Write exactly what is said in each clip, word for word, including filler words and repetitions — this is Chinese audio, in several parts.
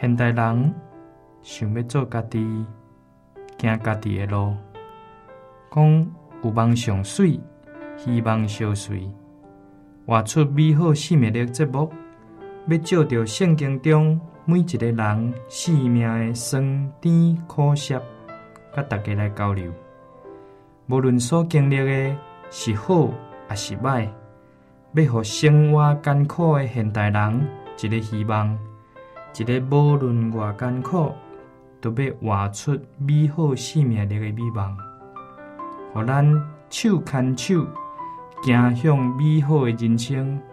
现代人想要做家己，行家己的路，讲有梦上水，希望相随，活出美好生命力节目，要照着圣经中每一个人生命的酸甜苦涩，甲大家来交流。无论所经历的是好还是歹，要互生活艰苦的现代人一个希望，一个无论偌艰苦，都要活出美好生命力的美梦，互咱手牵手，行向美好的人生。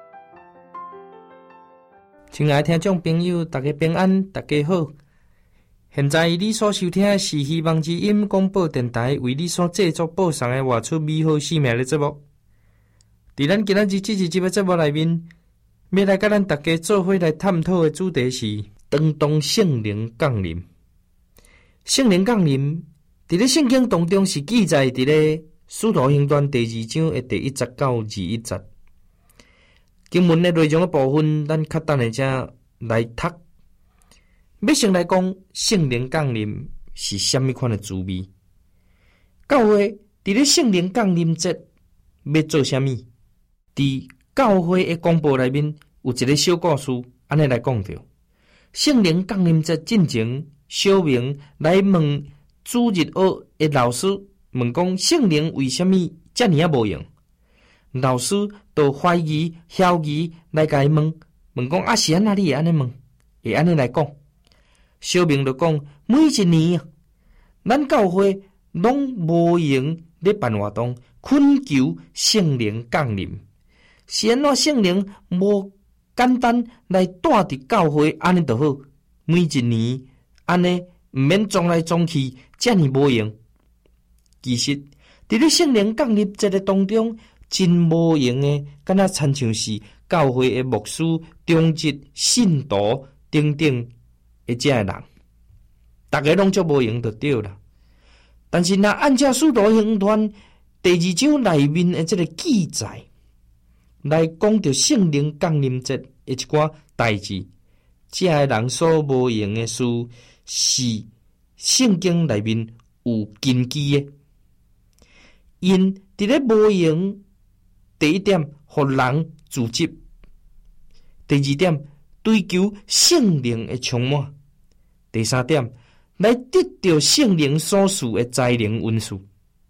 亲爱的听众朋友，大家平安，大家好。现在你所收听的是希望之音广播电台为你所制作播送的活出美好生命的节目。在咱今仔日这一集的节目内面，要来跟咱大家做伙来探讨的主题是当当圣灵降临。圣灵降临，在咧圣经当中是记载在咧使徒行传第二章的第一节到二一节。经文的内容的部分，咱较等下才来读。要先来讲圣灵降临是什么款的滋味？教会伫咧圣灵降临节要做什么？伫教会的公布内面有一个小故事，安尼来讲着。圣灵降临节进前，小明来问主日学的老师，问讲圣灵为什么遮尔啊无用？老师就怀疑、怀疑来甲伊问，问讲啊是安那你会安尼问？会安尼来讲？小明就讲，每一年啊，咱教会拢无用咧办活动，恳求圣灵降临。是安怎圣灵无简单来带伫教会，安尼就好。每一年安尼毋免撞来撞去，遮尔无用。其实伫咧圣灵降临节个当中，真无用诶，敢若亲像是教会诶牧师、中职、信徒等等。一遮的人，大家拢足无用就对啦。但是若按照使徒行传第二章内面的这个记载来讲到圣灵降临节的一寡代志，遮的人所无用的事是圣经内面有根基的。因伫咧无用，第一点，互人自责；第二点，追求圣灵的充满。第三点，来得到圣灵所赐的才能恩赐。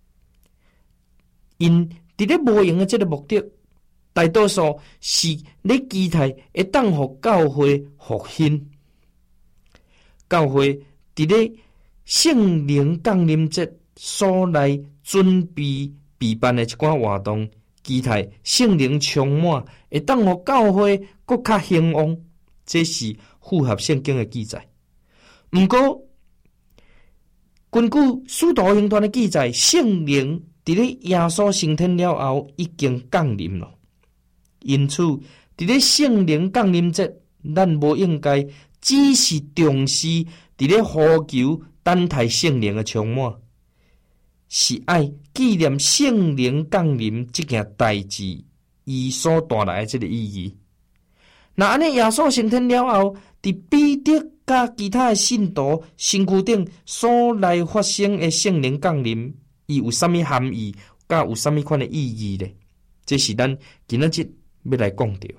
因伫咧无用的这个目的，大多数是咧期待会当互教会复兴。教会伫咧圣灵降临节所来准备备办的一寡活动，期待圣灵充满，会当互教会更较兴旺。这是符合圣经的记载。毋过，根据使徒行传的记载，圣灵伫咧耶稣升天了后已经降临了。因此，伫咧圣灵降临节，咱无应该只是重视伫咧呼求等待圣灵的充满，是爱纪念圣灵降临这件代志伊所带来的这个意义。那安尼，耶稣升天了后，伫彼得甲其他的信徒身躯顶所来发生的圣灵降临，伊有啥物含义，甲有啥物款的意义呢？这是咱今仔日要来讲到的。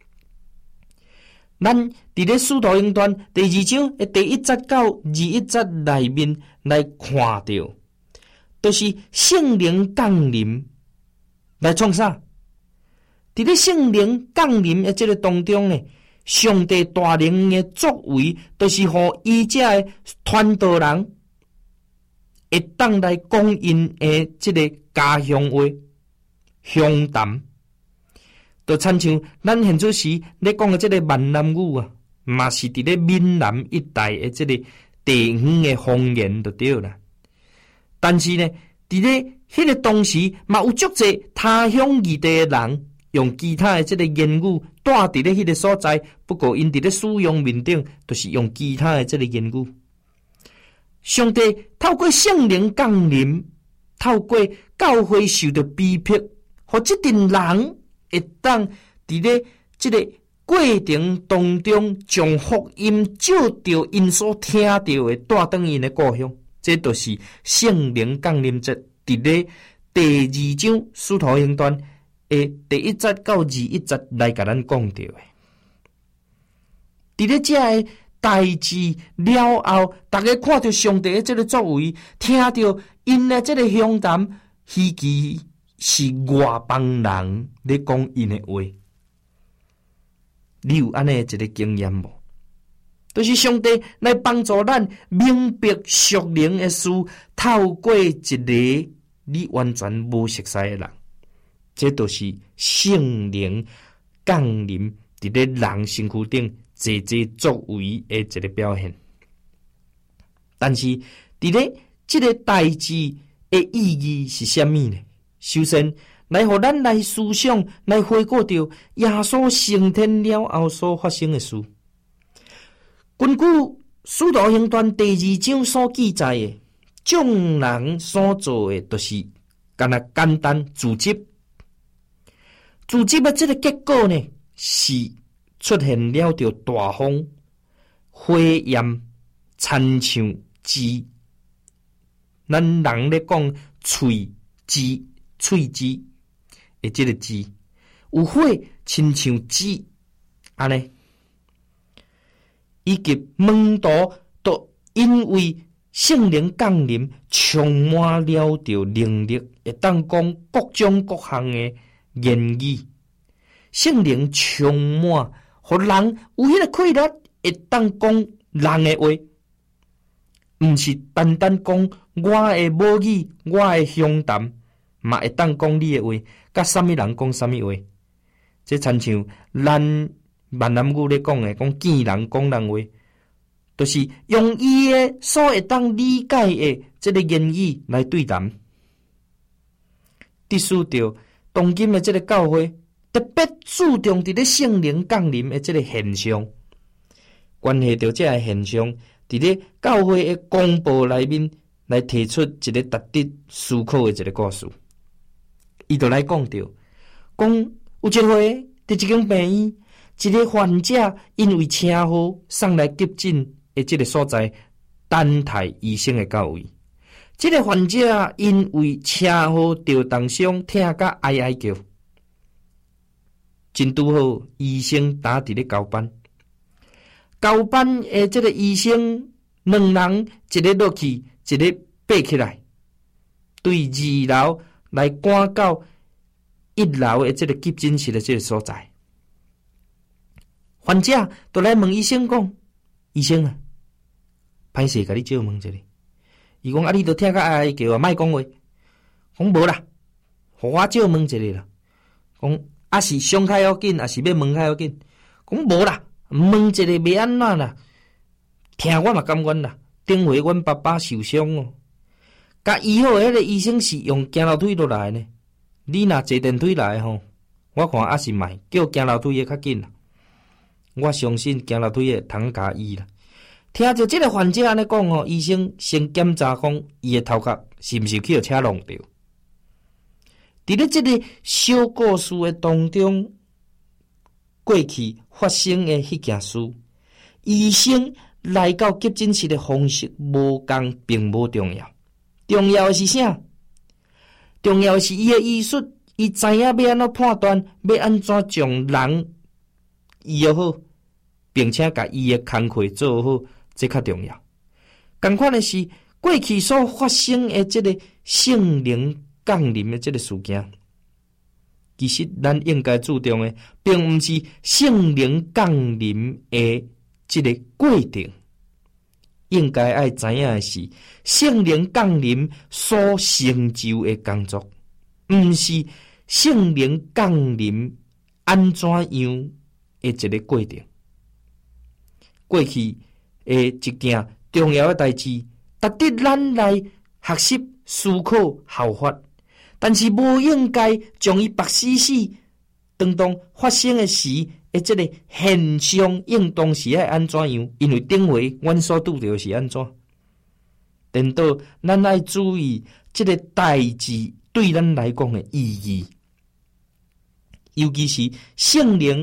咱伫咧使徒行传第二章的第一节到二一节内面来看到，就是圣灵降临来创啥？伫咧圣灵降临的这个当中呢，上帝大能的作为，就是互伊遮的传道人会当来讲因的这个家乡话、乡谈，就亲像咱现在时咧讲的这个闽南语啊，嘛是伫咧闽南一带的这个地方的方言就对啦。但是呢，伫咧迄个当时，嘛有足侪他乡异地的人。用其他的这个言语带伫咧迄个所在，不过因伫咧使用面顶，就是用其他的这个言语。上帝透过圣灵降临，透过教会受到逼迫，互即阵人会当伫咧这个过程当中将福音照着因所听到的带转因的故乡，这就是圣灵降临节。伫咧第二章使徒行传的第一节到二一节来甲咱讲到的。伫咧这个代志了后，大家看到上帝的这个作为，听到因的这个乡谈，希奇是外邦人咧讲因的话。你有安尼一个经验无？就是上帝来帮助咱明白属灵的事，透过一个你完全无熟悉的人，这就是圣灵降临伫咧人身躯顶坐坐作为的一个表现。但是伫咧这个代志的意义是什么呢？首先，来互咱来思想，来回顾到耶稣升天了后所发生的事。根据《使徒行传》第二章所记载的，众人所做的，就是干那简单自责。自责的这个结果呢，是出现了着大风、火焰、参像枝。咱人咧讲喙枝、喙枝的这个枝，有火亲像枝，安尼。以及门徒都因为圣灵降临，充满了着能力，会当讲各种各项的言语。圣灵充满，互人有迄个气力，会当讲人的话，毋是单单讲我的母语、我的乡谈，嘛会当讲你的话，甲啥物人讲啥物话。这亲像咱闽南语咧讲诶，讲见人讲人话，就是用伊诶所会当理解诶这个言语来对谈。第四条，当今诶这个教会特别注重伫咧圣灵降临诶这个现象，关系到这个现象，伫咧教会诶公布内面来提出一个值得思考诶一个故事。伊就来讲到，讲有一回伫一间病院。一个患者因为车祸送来急诊的这个所在，等待医生的到位。这个患者因为车祸着重伤，听甲哀哀叫。真拄好，医生打伫咧交班。交班的这个医生，两人一个落去，一个爬起来，对二楼来赶到一楼的这个急诊室的这个所在。患者就来问医生讲：“医生啊，歹势甲你借问一下。”伊讲：“啊，你都听甲哀哀叫啊，莫讲话。”讲无啦，互我借问一下啦。讲啊是伤较要紧，啊是要问较要紧。讲无啦，问一下袂安怎啦。听我嘛甘愿啦。顶回阮爸爸受伤哦，甲医好迄个医生是用行楼梯落来呢。你若坐电梯来吼，我看啊是卖叫行楼梯会较紧啦。我相信行楼梯会通甲医啦。听着这个患者安尼讲吼，医生先检查讲伊的头壳是毋是去互车弄着。伫咧这个小故事的当中，过去发生的迄件事，医生来到急诊室的方式无共，并无重要。重要的是啥？重要的是伊的医术，伊知影要安怎判断，要安怎将人医好，并且甲伊的工课做好，这较重要。同款的是，过去所发生的这个圣灵降临的这个事件，其实咱应该注重的，并毋是圣灵降临的这个过程，应该爱知影的是圣灵降临所成就的工作，毋是圣灵降临安怎样的一个过程。过去的一件重要的代志，值得咱来学习、思考、效法。但是无应该将伊白死死，当当发生的时的这个现象应当是爱安怎样？因为顶回阮所拄着是安怎？等到咱爱注意这个代志对咱来讲的意义，尤其是圣灵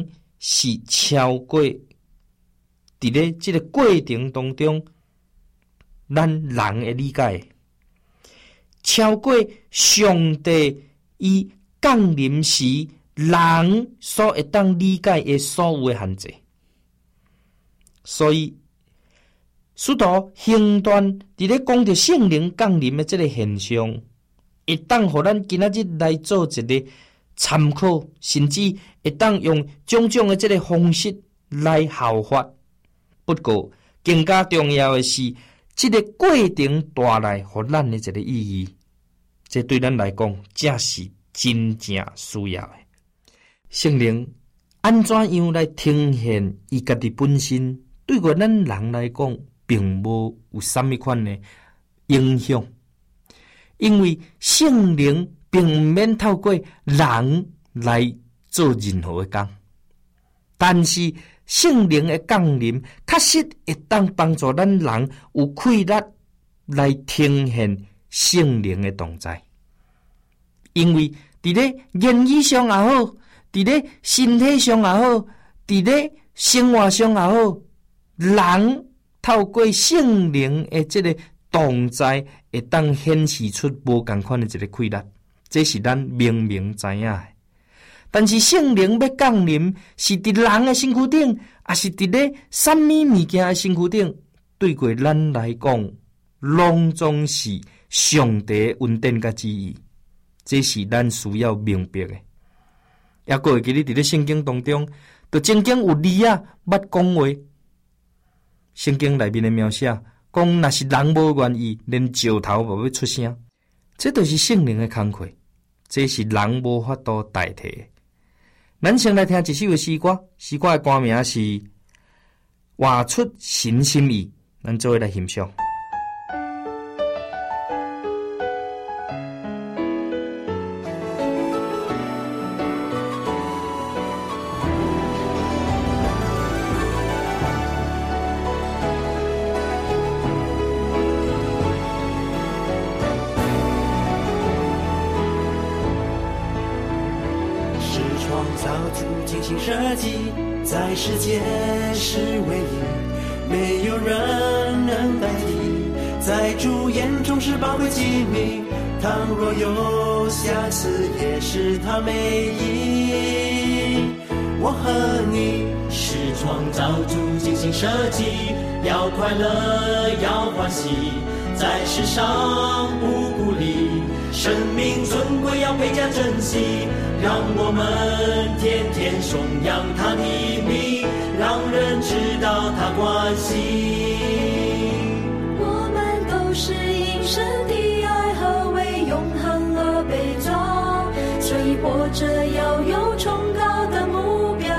是超过伫咧即个过程当中，咱人的理解，超过上帝伊降临时人所会当理解的所有的限制。所以，使徒行传伫咧讲着圣灵降临的即个现象，会当互咱今仔日来做一个参考，甚至会当用种种的即个方式来效法。不过，更加重要的是，即个过程带来互咱的一个意义，这对咱来讲，才是真正需要的。圣灵安怎样来呈现伊家己本身？对过咱人来讲，并无有什么款的影响，因为圣灵并免透过人来做任何的工，但是圣灵的降临，确实会当帮助咱人有气力来呈现圣灵的同在，因为伫咧言语上也好，伫咧身体上也好，伫咧生活上也好。人透过圣灵的这个同在，会当显示出无同款的一个气力，这是咱明明知影的。但是圣灵要降临，是伫人的身躯顶，还是伫咧什么物件的身躯顶？对过咱来讲，拢总是上帝的恩典甲旨意，这是咱需要明白的。也过会记咧伫咧圣经当中，就曾经有利亚捌讲话。圣经内面的描写，讲若是人无愿意，连石头也要出声，这就是圣灵的工课，这是人无法度代替的。咱先来听一首的诗歌，诗歌的歌名是《画出神心意》，咱做伙来欣赏。 设计在世界是唯一，没有人能代替，在主眼中是宝贵机密，倘若有瑕疵也是他美意。我和你是创造主精心设计，要快乐要欢喜，在世上不孤立，生命尊贵要倍加珍惜，让我们天天颂扬他的名，让人知道他关心。 我们都是因神的爱和为永恒而被造，所以活着要有崇高的目标，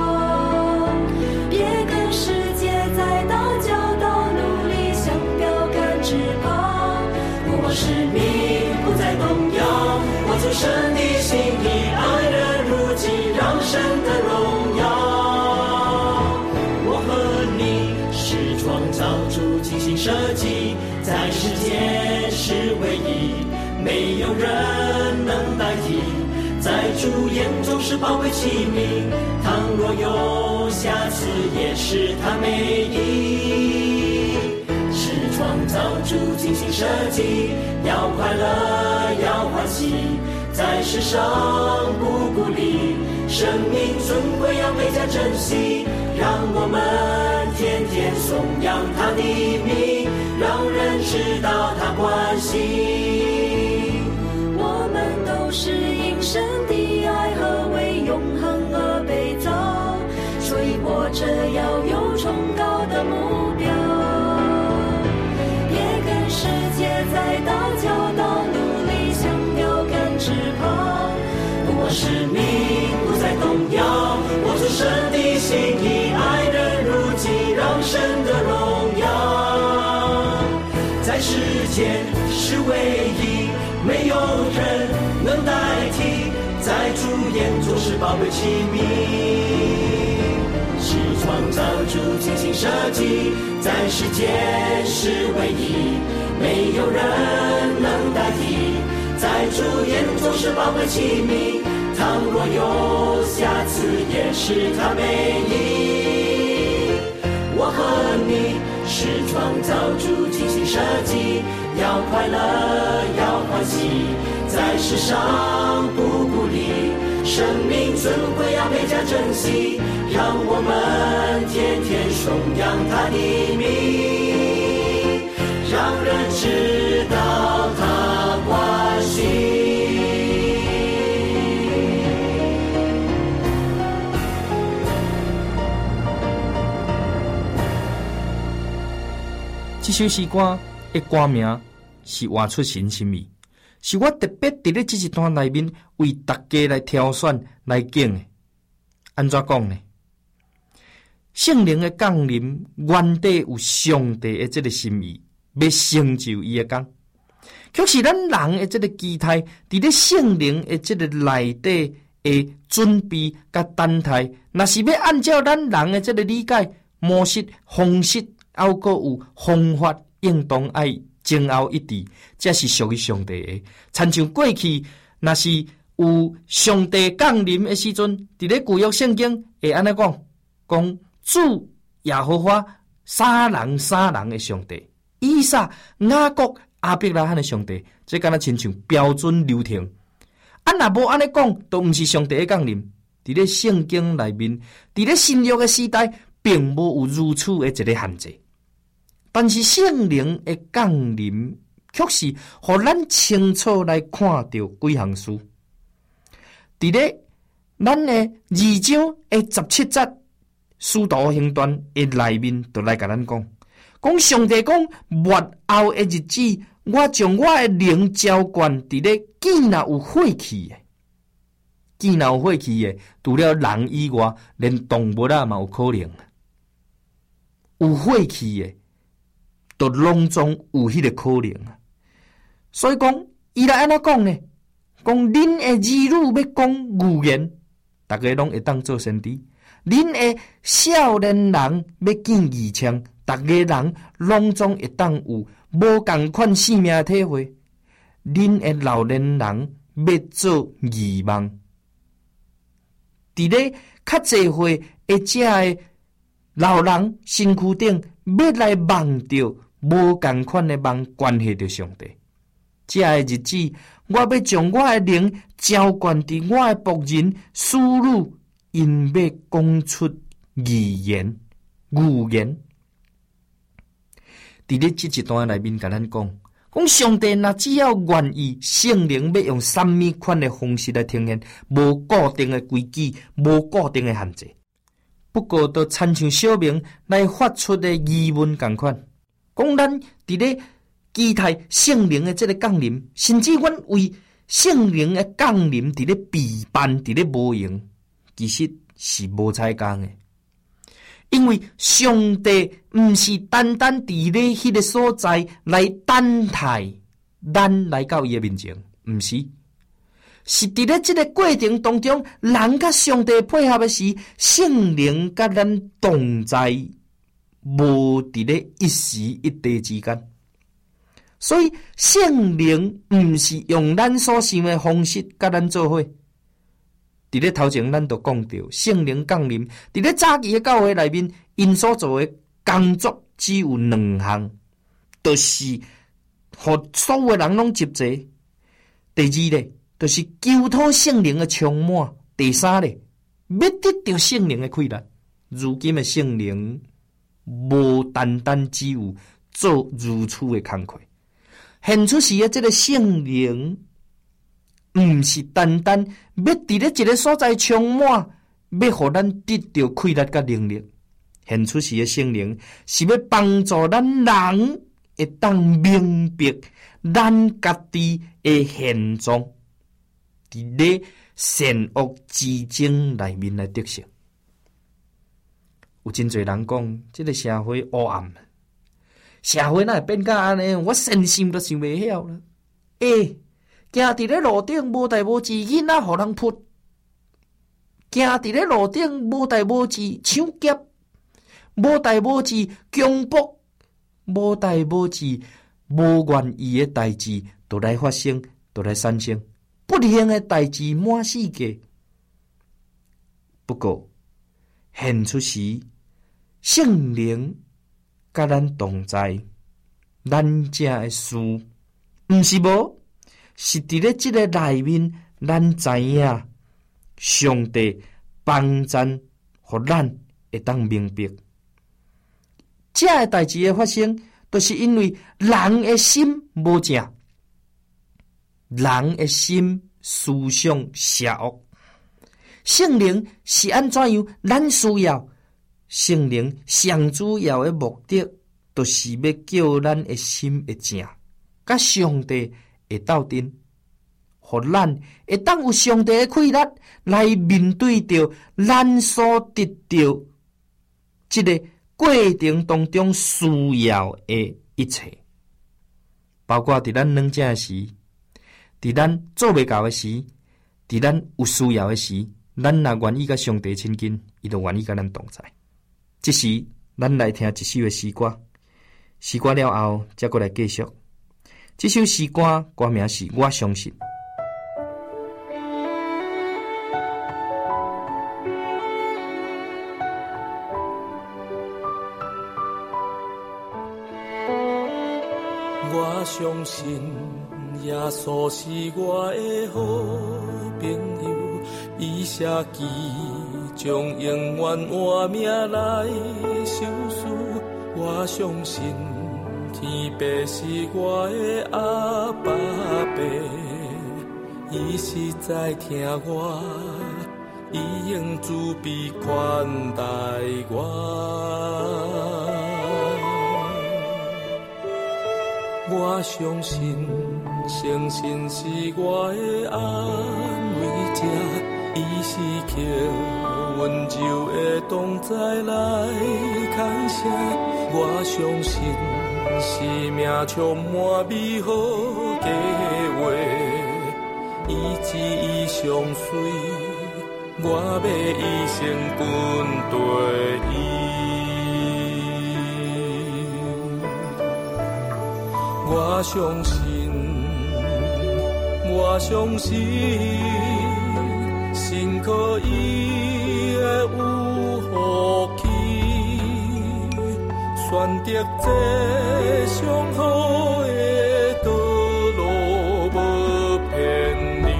别跟世界在打交道，努力向标杆直跑，不忘使命不再动摇，活出神的心意，爱人如己，让神的荣耀。我和你是创造主精心设计，在世间是唯一，没有人能代替，在主眼中是宝贵器皿，倘若有瑕疵也是他美意。是创造主精心设计，要快乐要欢喜，在世上不孤立，生命尊贵要倍加珍惜，让我们天天颂扬他的名，让人知道他关心。我们都是因神的爱和为永恒而被造，所以活着要有崇高的目标，别跟世界在打交道，努力向标杆直跑，不忘使命不再动摇，活出神的心意，爱人如己，让神的荣耀。在世间是唯一，没有人能代替，在主眼中是宝贵器皿，是创造主精心设计，在世间是唯一，没有人能代替，在主眼中是宝贵器皿，倘若有瑕疵也是他美意。我和你是创造主精心设计，要快乐，要欢喜，在世上不孤立，生命尊贵要倍加珍惜，让我们天天颂扬他的名，让人知道他关心。 这首诗歌的歌名是画出神心意，是我特别伫咧这一段内面为大家来挑选来敬的。安怎讲呢？圣灵的降临原底有上帝的这个心意，要成就伊的工。却是咱人的这个期待，伫咧圣灵的这个内底的准备甲等待，若是要按照咱人的这个理解模式方式。还佫有方法应当爱前后一致，这是属于上帝的。亲像过去，若是有上帝降临的时阵，伫咧旧约圣经会安尼讲，讲主耶和华三人三人的上帝，以撒、雅各、亚伯拉罕的上帝，这敢若亲像标准流程。啊，若无安尼讲，都毋是上帝的降临。伫咧圣经内面，伫咧新约的时代，并无有如此的一个限制。但是圣灵的降临，却是互咱清楚来看到几项事。伫咧咱的二章的十七节《使徒行传》的内面，就来甲咱讲，讲上帝讲末后的日子，我将我的灵浇灌伫咧见若有火气的，见若有火气的，除了人以外，连动物啊嘛有可能。有火气的。都拢总有迄个可能啊，所以讲，伊来安怎讲呢？讲恁的儿女要讲预言，大家拢会当做先知；恁的少年人要见异象，大家人拢总会当有无共款生命的体会；恁的老年人要做异梦，伫咧较济岁的这的老人身躯顶。要来梦到无共款的梦，关系到上帝。这个日子，我要将我的灵浇灌伫我的仆人、使女，因要讲出预言、预言。伫咧这一段内面，甲咱讲，讲上帝若只要愿意，圣灵要用什么款的方式来呈现，无固定的规矩，无固定的限制。不过，都参像小明来发出的疑问同款，讲咱伫咧期待圣灵的这个降临，甚至阮为圣灵的降临伫咧备办，伫咧无用，其实是无采工的。因为上帝毋是单单伫咧迄个所在来等待咱来到伊的面前，毋是。是伫咧这个过程当中，人甲上帝配合的时，圣灵甲咱同在，无伫咧一时一地之间。所以圣灵毋是用咱所想的方式甲咱做伙。伫咧头前，咱都讲到圣灵降临，伫咧早期的教会内面，因所做的工作只有两项，就是互所有人拢集齐。第二咧。就是求讨圣灵的充满。第三咧，要得到圣灵的快乐。如今的圣灵，无单单只有做如此的工课，现出时的这个圣灵，毋是单单要伫咧一个所在充满，要互咱得到快乐甲能力。现出时的圣灵是要帮助咱人会当明白咱家己的现状。伫咧善恶之争内面来得胜，有真侪人讲，这个社会黑暗，社会哪会变甲安尼？我身心都想袂晓了。诶、欸，行伫咧路顶无代无志，囡仔互人扑；行伫咧路顶无代无志，抢劫；无代无志，强迫；无代无志，无愿意的代志，都来发生，都来产生。不幸的代志满世界， 不过现出时，圣灵甲咱同在，咱这的事，毋是无，是伫咧即个内面，咱知影上帝帮咱，互咱会当明白，这个代志的发生，都、就是因为人的心无正，人的心思想邪恶。圣灵是安怎样？咱需要圣灵上主要的目的，就是要叫咱的心会正，甲上帝会斗阵，互咱会当有上帝的气力来面对着咱所得到这个过程当中需要的一切，包括伫咱软正的时，伫咱做袂到的时，伫咱有需要的时。咱若愿意甲上帝亲近，伊就愿意甲咱同在。这时，咱来听一首的诗歌，诗歌了后，再过来继续。这首诗歌歌名是《我相信》。 我相信耶稣是我的好朋友。伊写记将永远换命来受死，我相信天父是我的阿爸爸，伊是在听我，伊用慈悲款待我。我相信圣神是我的安慰者。伊是靠温柔的同在来牵绳，我相信生命充满美好计划，伊旨意相随，我要一生跟对伊。我相信，我相信。心可伊会有福气，选择这上好的道路，无骗你。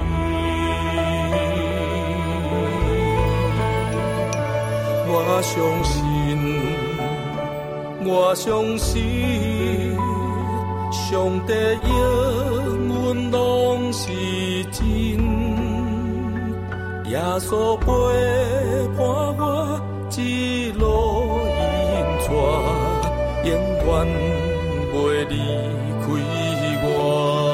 我相信，我相信，上帝永远拢是真。耶稣陪伴我一路引带，永远袂离开我。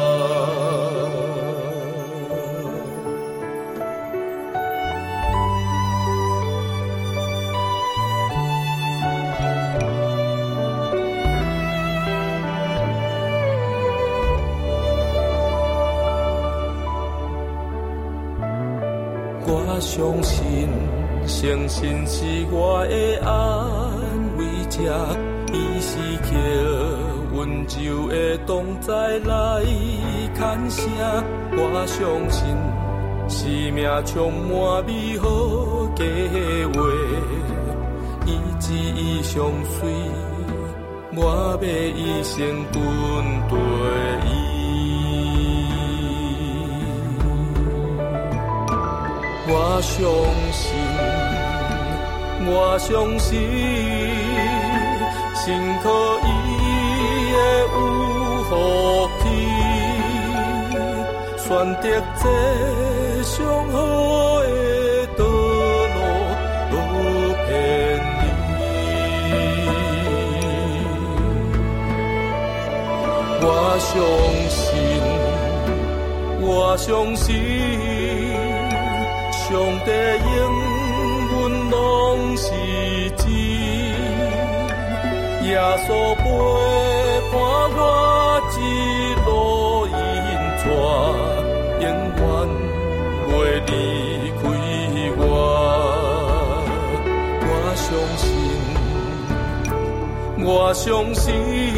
我相信，圣神是我的安慰者，伊是靠温柔的同在来牵绳。我相信，生命充满美好计划，伊旨意相随，我要一生跟对伊。我相信，我相信，心可伊会有福气，选择这上好的道路，无骗你。我相信，我相信。上帝永远拢是真，耶稣陪伴我一路引带，永远袂离开我。我相信，我相信，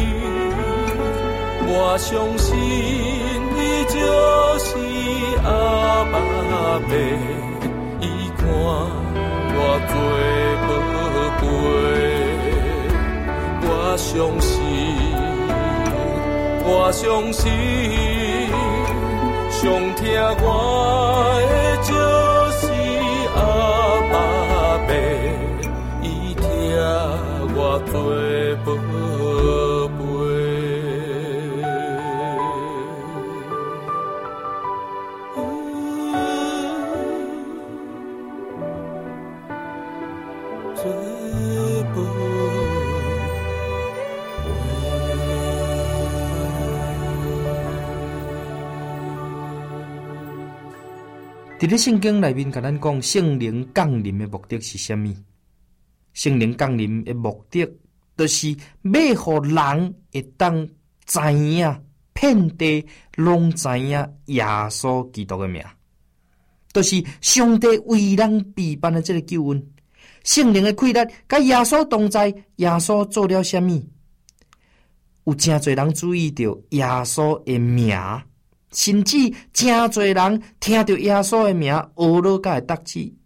我相信，伊就是阿爸爸。看我相信，我相信，上听我的就是阿爸爸，伊听我做宝贝。 伫咧圣经内面，甲咱讲圣灵降临的目的是啥物？圣灵降临的目的，就是要互人会当知影，遍地拢知影耶稣基督的名，就是上帝为人备办的这个救恩。圣灵的气力，甲耶稣同在，耶稣做了啥物？有真侪人注意到耶稣的名。甚至真侪人听到耶稣的名，学了甲会得志，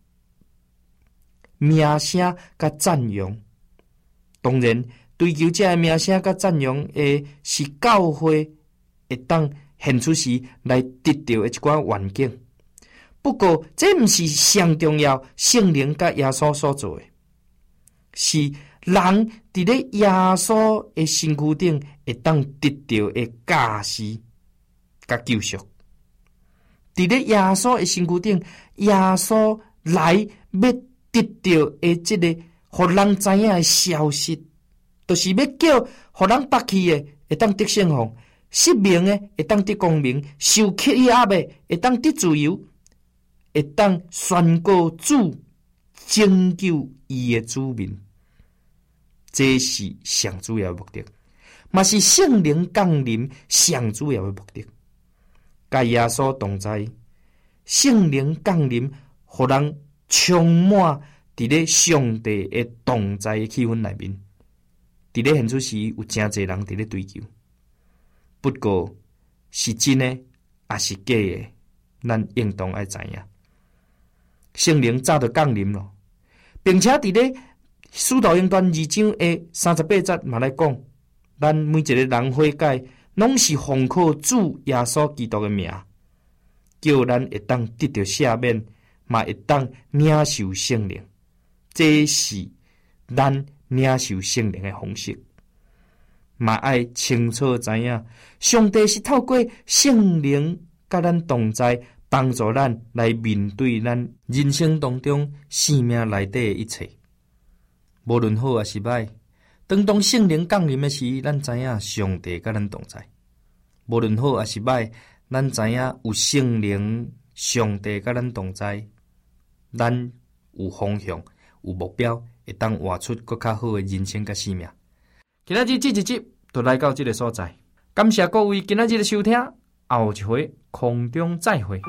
名声甲赞扬。当然，追求这名声甲赞扬的是教会会当献出时来得到的一寡环境。不过，这毋是上重要，圣灵甲耶稣所做的，是人伫咧耶稣的身躯顶会当得到的价值。甲救赎，伫咧耶稣的身躯顶，耶稣来要得到的即个，互人知影的消息，就是要叫互人北去的会当得圣福，失明的会当得光明，受欺压的会当得自由，会当宣告主拯救伊的子民。这是上主要的目的，嘛是圣灵降临上主要的目的。甲耶稣同在，圣灵降临，互人充满伫咧上帝的同在的气氛内面。伫咧现出时，有真侪人伫咧追求，不过是真的还是假的，咱应当爱知影。圣灵早就降临了，并且伫咧使徒行传二章的三十八节嘛来讲，咱每一个人悔改。拢是奉靠主耶稣基督的名，叫咱会当得到赦免，嘛会当领受圣灵。这是咱领受圣灵的方式。嘛爱清楚知影，上帝是透过圣灵甲咱同在，帮助咱来面对咱人生当中生命内底的一切，无论好还是歹。当当圣灵降临的时，咱知影上帝甲咱同在。无论好还是歹，咱知影有圣灵、上帝甲咱同在，咱有方向、有目标，会当活出更较好的人生甲生命。今仔日这一集就来到这个所在，感谢各位今仔日的收听，后一回空中再会。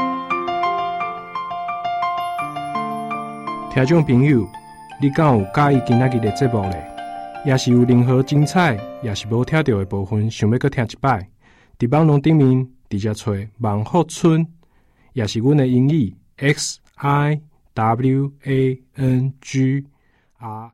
听众朋友，你敢有介意今仔日的节目呢？也是有任何精彩，也是无听到的部分，想要搁听一摆，伫网络顶面直接找万福村，也是阮的英语 X I W A N G R。